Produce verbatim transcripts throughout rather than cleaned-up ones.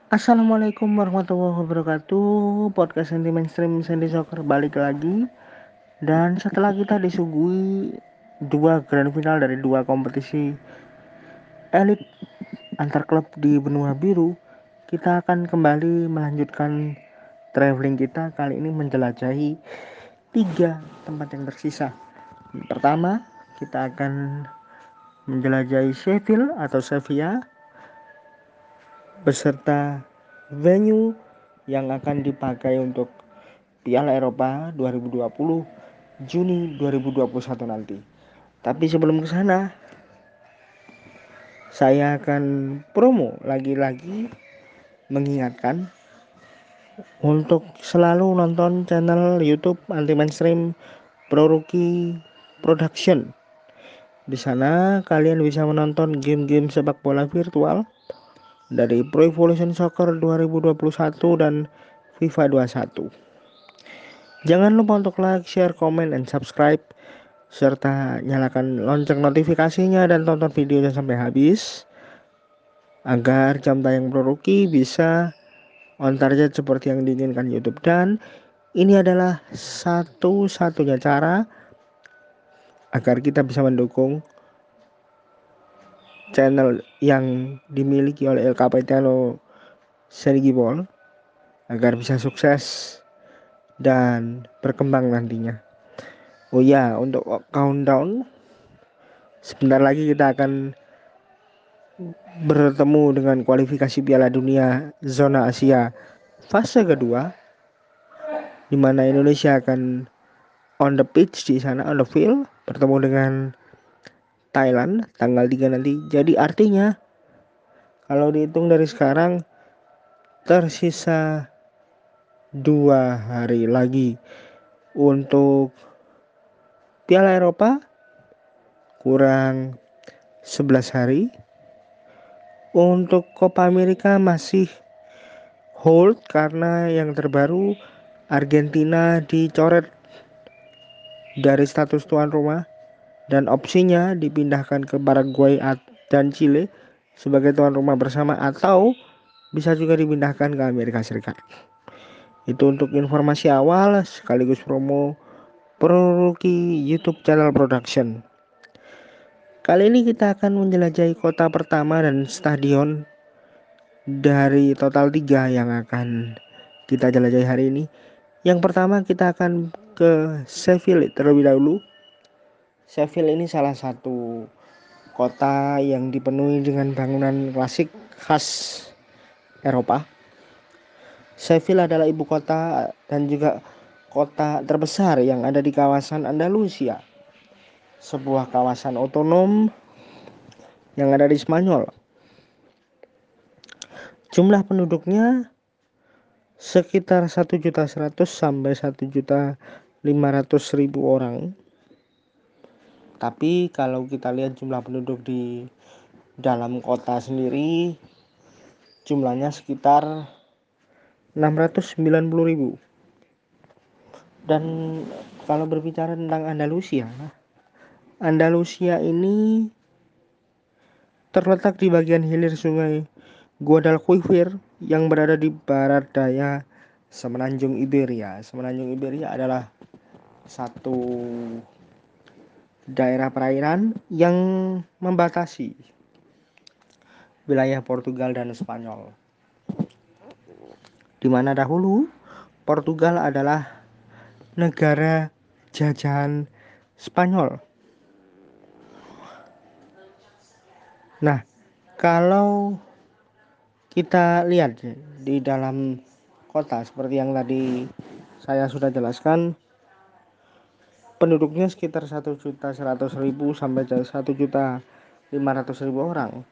Assalamualaikum warahmatullahi wabarakatuh. Podcast Sandy Mainstream Sandy Soccer balik lagi. Dan setelah kita disuguhi dua grand final dari dua kompetisi elit antar klub di benua biru, kita akan kembali melanjutkan traveling kita kali ini menjelajahi tiga tempat yang tersisa. Pertama, kita akan menjelajahi Sheffield atau Sevilla beserta venue yang akan dipakai untuk Piala Eropa dua ribu dua puluh Juni dua ribu dua puluh satu nanti. Tapi sebelum ke sana, saya akan promo lagi-lagi mengingatkan untuk selalu nonton channel YouTube Anti Mainstream Pro Rookie Production. Di sana kalian bisa menonton game-game sepak bola virtual dari Pro Evolution Soccer dua ribu dua puluh satu dan FIFA dua puluh satu. Jangan lupa untuk like, share, comment, dan subscribe serta nyalakan lonceng notifikasinya dan tonton videonya sampai habis agar jam tayang Pro Rookie bisa on target seperti yang diinginkan YouTube. Dan ini adalah satu-satunya cara agar kita bisa mendukung channel yang dimiliki oleh El Capitano Sergi Ball agar bisa sukses dan berkembang nantinya. Oh ya, untuk countdown, sebentar lagi kita akan bertemu dengan kualifikasi Piala Dunia zona Asia fase kedua, di mana Indonesia akan on the pitch di sana, on the field, bertemu dengan Thailand tanggal tiga nanti. Jadi artinya kalau dihitung dari sekarang tersisa dua hari lagi untuk Piala Eropa, kurang sebelas hari. Untuk Copa America masih hold karena yang terbaru Argentina dicoret dari status tuan rumah dan opsinya dipindahkan ke Paraguay dan Chile sebagai tuan rumah bersama, atau bisa juga dipindahkan ke Amerika Serikat. Itu untuk informasi awal sekaligus promo Pro Rookie YouTube channel production. Kali ini kita akan menjelajahi kota pertama dan stadion dari total tiga yang akan kita jelajahi hari ini. Yang pertama kita akan ke Sheffield terlebih dahulu. Sheffield ini salah satu kota yang dipenuhi dengan bangunan klasik khas Eropa. Sheffield adalah ibu kota dan juga kota terbesar yang ada di kawasan Andalusia, sebuah kawasan otonom yang ada di Spanyol. Jumlah penduduknya sekitar satu juta seratus sampai satu juta lima ratus ribu orang. Tapi kalau kita lihat jumlah penduduk di dalam kota sendiri, jumlahnya sekitar enam ratus sembilan puluh ribu. Dan kalau berbicara tentang Andalusia, Andalusia ini terletak di bagian hilir sungai Guadalquivir yang berada di barat daya Semenanjung Iberia. Semenanjung Iberia adalah satu daerah perairan yang membatasi wilayah Portugal dan Spanyol, di mana dahulu Portugal adalah negara jajahan Spanyol. Nah, kalau kita lihat di dalam kota seperti yang tadi saya sudah jelaskan, penduduknya sekitar satu juta seratus ribu sampai satu juta lima ratus ribu orang.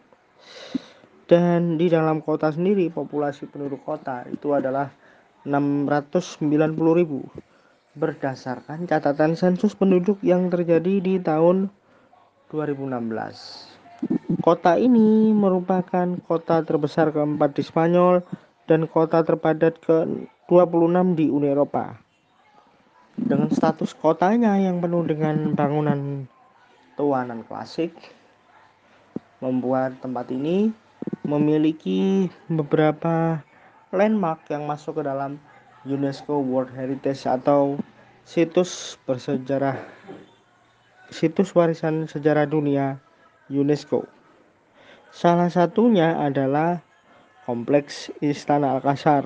Dan di dalam kota sendiri populasi penduduk kota itu adalah enam ratus sembilan puluh ribu berdasarkan catatan sensus penduduk yang terjadi di tahun dua ribu enam belas. Kota ini merupakan kota terbesar keempat di Spanyol dan kota terpadat ke dua puluh enam di Uni Eropa. Dengan status kotanya yang penuh dengan bangunan tuanan klasik, membuat tempat ini memiliki beberapa landmark yang masuk ke dalam UNESCO World Heritage atau situs bersejarah situs warisan sejarah dunia UNESCO. Salah satunya adalah Kompleks Istana Alkasar.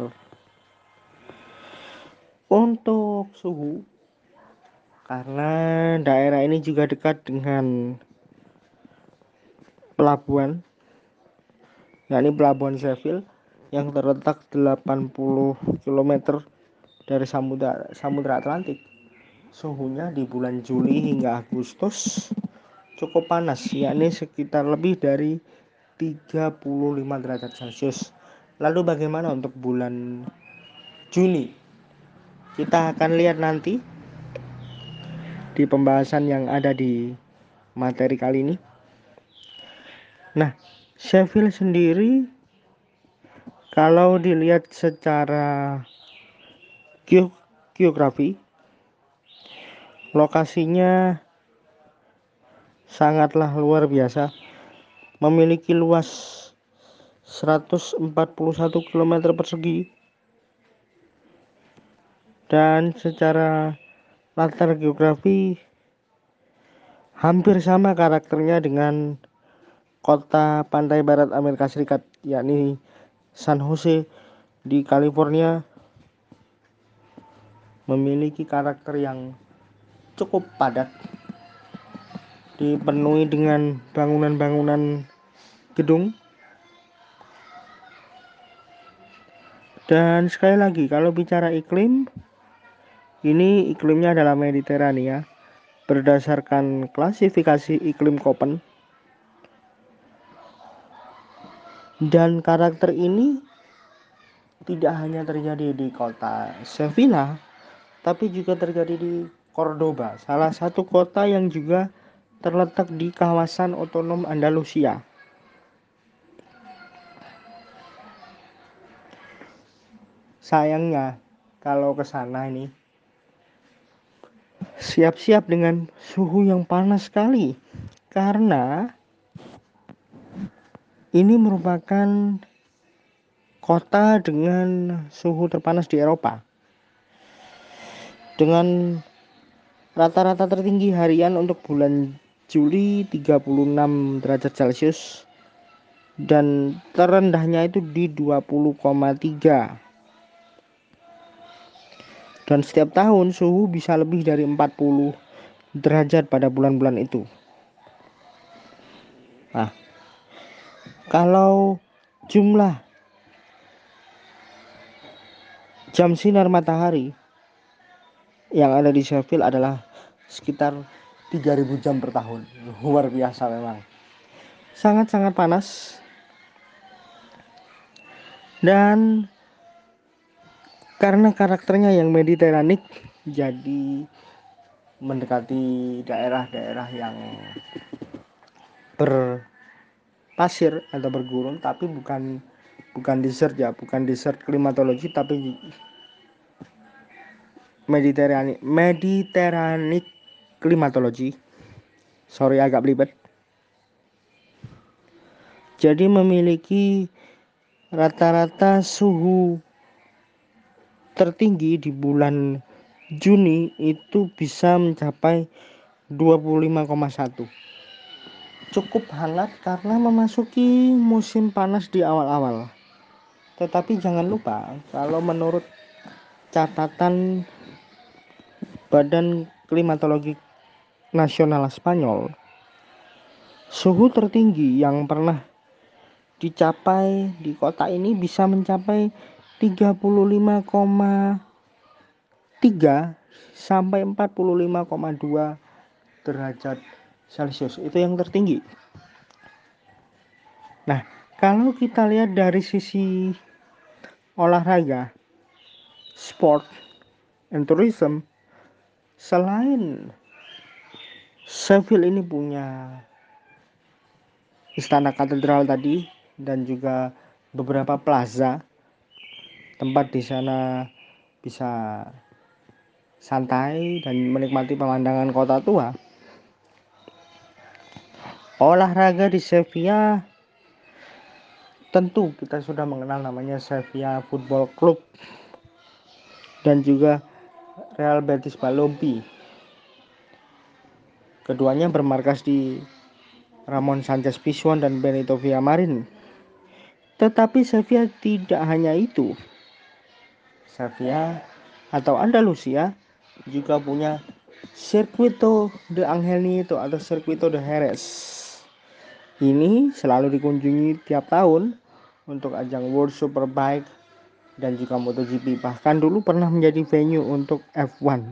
Untuk suhu, karena daerah ini juga dekat dengan pelabuhan, yakni Pelabuhan Sheffield yang terletak delapan puluh kilometer dari samudra, samudra Atlantik. Suhunya di bulan Juli hingga Agustus cukup panas, yakni sekitar lebih dari tiga puluh lima derajat Celcius. Lalu bagaimana untuk bulan Juni? Kita akan lihat nanti di pembahasan yang ada di materi kali ini. Nah, Sheffield sendiri kalau dilihat secara geografi, lokasinya sangatlah luar biasa, memiliki luas seratus empat puluh satu kilometer persegi, dan secara latar geografi hampir sama karakternya dengan kota pantai barat Amerika Serikat, yakni San Jose di California, memiliki karakter yang cukup padat, dipenuhi dengan bangunan-bangunan gedung. Dan sekali lagi, kalau bicara iklim, ini iklimnya adalah Mediterania berdasarkan klasifikasi iklim Köppen. Dan karakter ini tidak hanya terjadi di kota Sevilla, tapi juga terjadi di Cordoba, salah satu kota yang juga terletak di kawasan otonom Andalusia. Sayangnya, kalau ke sana ini siap-siap dengan suhu yang panas sekali, karena ini merupakan kota dengan suhu terpanas di Eropa, dengan rata-rata tertinggi harian untuk bulan Juli tiga puluh enam derajat Celcius dan terendahnya itu di dua puluh koma tiga. Dan setiap tahun suhu bisa lebih dari empat puluh derajat pada bulan-bulan itu. Nah, kalau jumlah jam sinar matahari yang ada di Sheffield adalah sekitar tiga ribu jam per tahun. Luar biasa memang. Sangat-sangat panas. Dan karena karakternya yang mediteranik, jadi mendekati daerah-daerah yang berpasir atau bergurun, tapi bukan bukan desert ya, bukan desert klimatologi, tapi mediterranean mediterranean klimatologi. Sorry agak belibet. Jadi memiliki rata-rata suhu tertinggi di bulan Juni itu bisa mencapai dua puluh lima koma satu. Cukup hangat karena memasuki musim panas di awal-awal. Tetapi jangan lupa, kalau menurut catatan Badan Klimatologi Nasional Spanyol, suhu tertinggi yang pernah dicapai di kota ini bisa mencapai tiga puluh lima koma tiga sampai empat puluh lima koma dua derajat Celcius. Itu yang tertinggi. Nah, kalau kita lihat dari sisi olahraga, sport, and tourism, selain Sheffield ini punya istana katedral tadi dan juga beberapa plaza tempat di sana bisa santai dan menikmati pemandangan kota tua. Olahraga di Sevilla tentu kita sudah mengenal namanya Sevilla Football Club dan juga Real Betis Balompi. Keduanya bermarkas di Ramon Sanchez Pizjuan dan Benito Villamarin. Tetapi Sevilla tidak hanya itu. Sevilla atau Andalusia juga punya Circuito de Angel Nieto atau Circuito de Jerez. Ini selalu dikunjungi tiap tahun untuk ajang World Superbike dan juga MotoGP. Bahkan dulu pernah menjadi venue untuk F satu.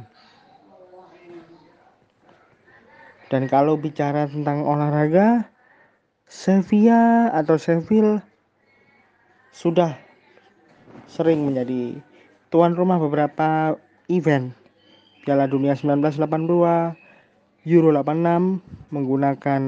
Dan kalau bicara tentang olahraga, Sevilla atau Seville sudah sering menjadi tuan rumah beberapa event Piala Dunia seribu sembilan ratus delapan puluh dua, Euro delapan puluh enam menggunakan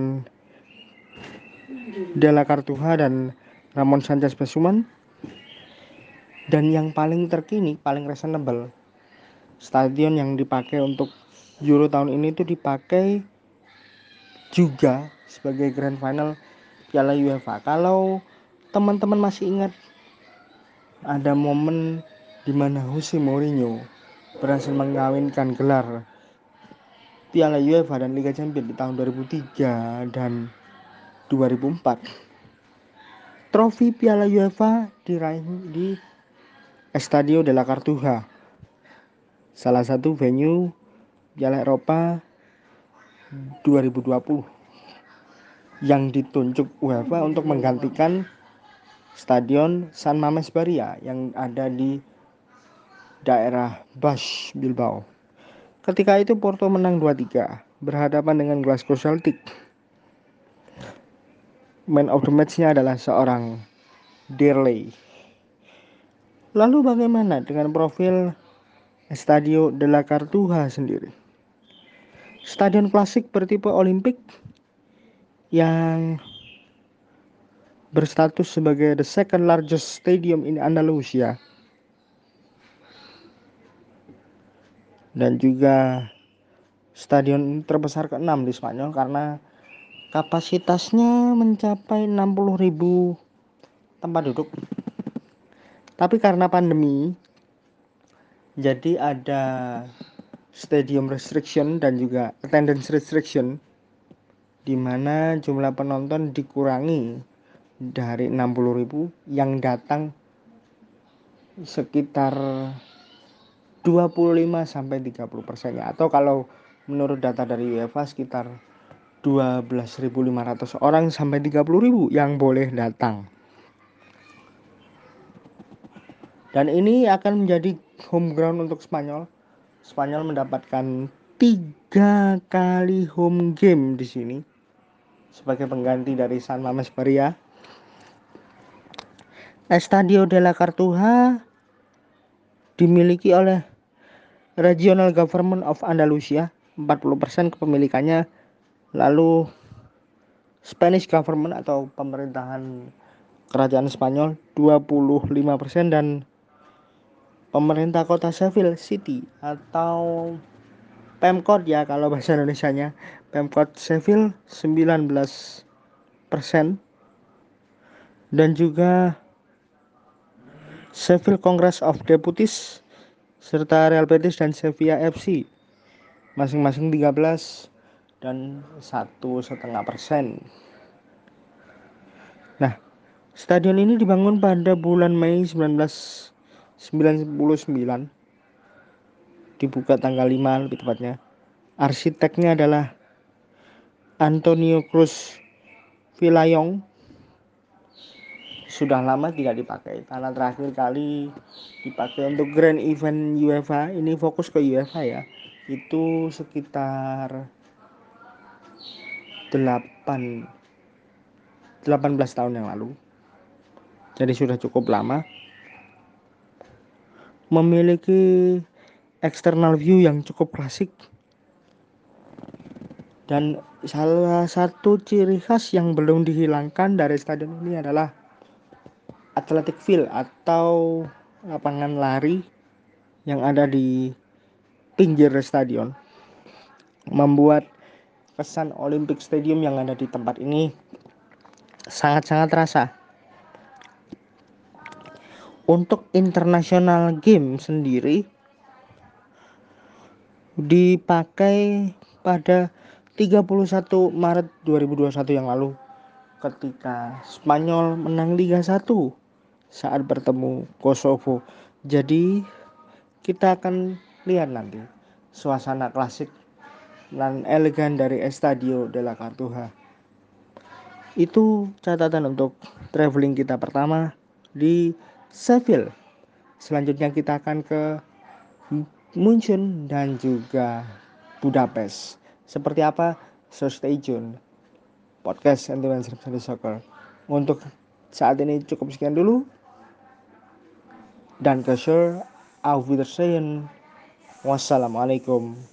De la Cartuja dan Ramon Sanchez Pizjuan. Dan yang paling terkini, paling reasonable, stadion yang dipakai untuk Euro tahun ini itu dipakai juga sebagai grand final Piala UEFA. Kalau teman-teman masih ingat, ada momen di mana Jose Mourinho berhasil mengawinkan gelar Piala UEFA dan Liga Champions di tahun dua ribu tiga dan dua ribu empat. Trofi Piala UEFA diraih di Estadio de la Cartuja, salah satu venue Piala Eropa dua ribu dua puluh yang ditunjuk UEFA untuk menggantikan Stadion San Mamés Barria yang ada di daerah Baix Bilbao. Ketika itu Porto menang dua tiga berhadapan dengan Glasgow Celtic. Man of the match-nya adalah seorang Dearley. Lalu bagaimana dengan profil Estadio de la Cartuja sendiri? Stadion klasik bertipe Olimpik yang berstatus sebagai the second largest stadium in Andalusia dan juga stadion terbesar keenam di Spanyol karena kapasitasnya mencapai enam puluh ribu tempat duduk. Tapi karena pandemi, jadi ada stadium restriction dan juga attendance restriction, di mana jumlah penonton dikurangi dari enam puluh ribu yang datang sekitar dua puluh lima sampai tiga puluh persen ya. Atau kalau menurut data dari UEFA sekitar dua belas ribu lima ratus orang sampai tiga puluh ribu yang boleh datang. Dan ini akan menjadi home ground untuk Spanyol. Spanyol mendapatkan tiga kali home game di sini sebagai pengganti dari San Mamés Barria. Estadio de la Cartuja dimiliki oleh Regional Government of Andalusia, empat puluh persen kepemilikannya. Lalu Spanish Government atau pemerintahan kerajaan Spanyol dua puluh lima persen dan pemerintah kota Seville City atau Pemkot ya kalau bahasa Indonesianya, Pemkot Seville sembilan belas persen dan juga Seville Congress of Deputies serta Real Betis dan Sevilla F C masing-masing tiga belas dan satu koma lima persen. Nah, stadion ini dibangun pada bulan Mei seribu sembilan ratus sembilan puluh sembilan, dibuka tanggal lima lebih tepatnya. Arsiteknya adalah Antonio Cruz Villayong. Sudah lama tidak dipakai karena terakhir kali dipakai untuk grand event UEFA, ini fokus ke UEFA ya, itu sekitar delapan belas tahun yang lalu. Jadi sudah cukup lama. Memiliki external view yang cukup klasik. Dan salah satu ciri khas yang belum dihilangkan dari stadion ini adalah athletic field atau lapangan lari yang ada di pinggir stadion, membuat kesan Olympic Stadium yang ada di tempat ini sangat-sangat terasa. Untuk international game sendiri dipakai pada tiga puluh satu Maret dua ribu dua puluh satu yang lalu ketika Spanyol menang Liga satu saat bertemu Kosovo. Jadi kita akan lihat nanti suasana klasik dan elegan dari Estadio de la Cartuja. Itu catatan untuk traveling kita pertama di Seville. Selanjutnya kita akan ke Munchen dan juga Budapest. Seperti apa? So stay tune. Podcast Influencer Soccer. Untuk saat ini cukup sekian dulu. Dan ke share. Auf Wiedersehen. Wassalamualaikum